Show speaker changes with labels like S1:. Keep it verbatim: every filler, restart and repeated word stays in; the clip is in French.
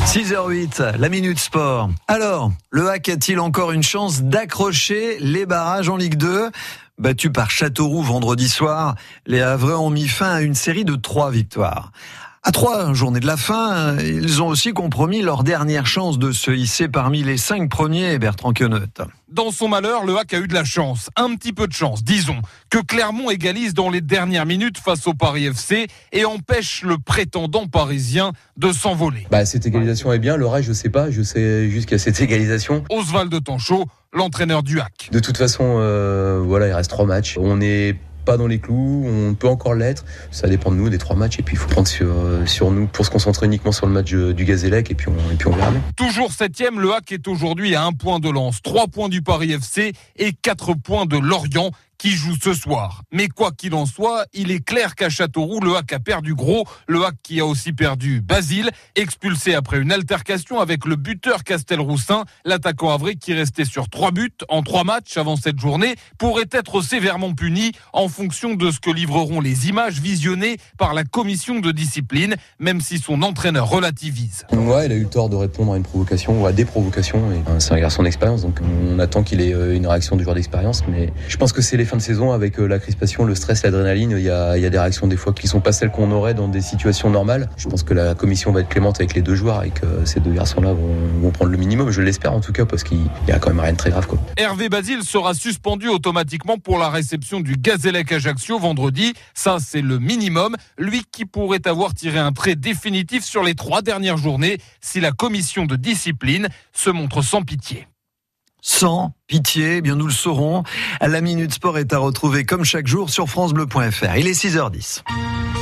S1: six heures huit, la Minute Sport. Alors, le H A C a-t-il encore une chance d'accrocher les barrages en Ligue deux ? Battus par Châteauroux vendredi soir, les Havrais ont mis fin à une série de trois victoires. À trois journées de la fin, ils ont aussi compromis leur dernière chance de se hisser parmi les cinq premiers, Bertrand Queneut.
S2: Dans son malheur, le H A C a eu de la chance, un petit peu de chance, disons, que Clermont égalise dans les dernières minutes face au Paris F C et empêche le prétendant parisien de s'envoler.
S3: Bah, cette égalisation est bien, le reste je sais pas, je sais juste qu'il y a cette égalisation.
S2: Oswald Tanchot, l'entraîneur du H A C.
S3: De toute façon, euh, voilà, il reste trois matchs. On est pas dans les clous, on peut encore l'être. Ça dépend de nous, des trois matchs, et puis il faut prendre sur, sur nous pour se concentrer uniquement sur le match du Gazélec, et puis on, et puis on verra bien.
S2: Toujours septième, le H A C est aujourd'hui à un point de lance, trois points du Paris F C et quatre points de Lorient, qui joue ce soir. Mais quoi qu'il en soit, il est clair qu'à Châteauroux, le H A C a perdu gros. Le H A C qui a aussi perdu Basile, expulsé après une altercation avec le buteur Castelroussin. L'attaquant havrais qui restait sur trois buts en trois matchs avant cette journée pourrait être sévèrement puni en fonction de ce que livreront les images visionnées par la commission de discipline, même si son entraîneur relativise.
S3: Ouais, il a eu le tort de répondre à une provocation ou à des provocations. Et c'est un garçon d'expérience, donc on attend qu'il ait une réaction du joueur d'expérience. Mais je pense que c'est les fin de saison avec la crispation, le stress, l'adrénaline, il y a, il y a des réactions des fois qui sont pas celles qu'on aurait dans des situations normales. Je pense que la commission va être clémente avec les deux joueurs et que ces deux garçons-là vont, vont prendre le minimum. Je l'espère en tout cas parce qu'il y a quand même rien de très grave, quoi.
S2: Hervé Basile sera suspendu automatiquement pour la réception du Gazélec Ajaccio vendredi. Ça, c'est le minimum. Lui qui pourrait avoir tiré un trait définitif sur les trois dernières journées si la commission de discipline se montre sans pitié.
S1: Sans pitié, eh bien nous le saurons. La Minute Sport est à retrouver comme chaque jour sur francebleu point f r. Il est six heures dix.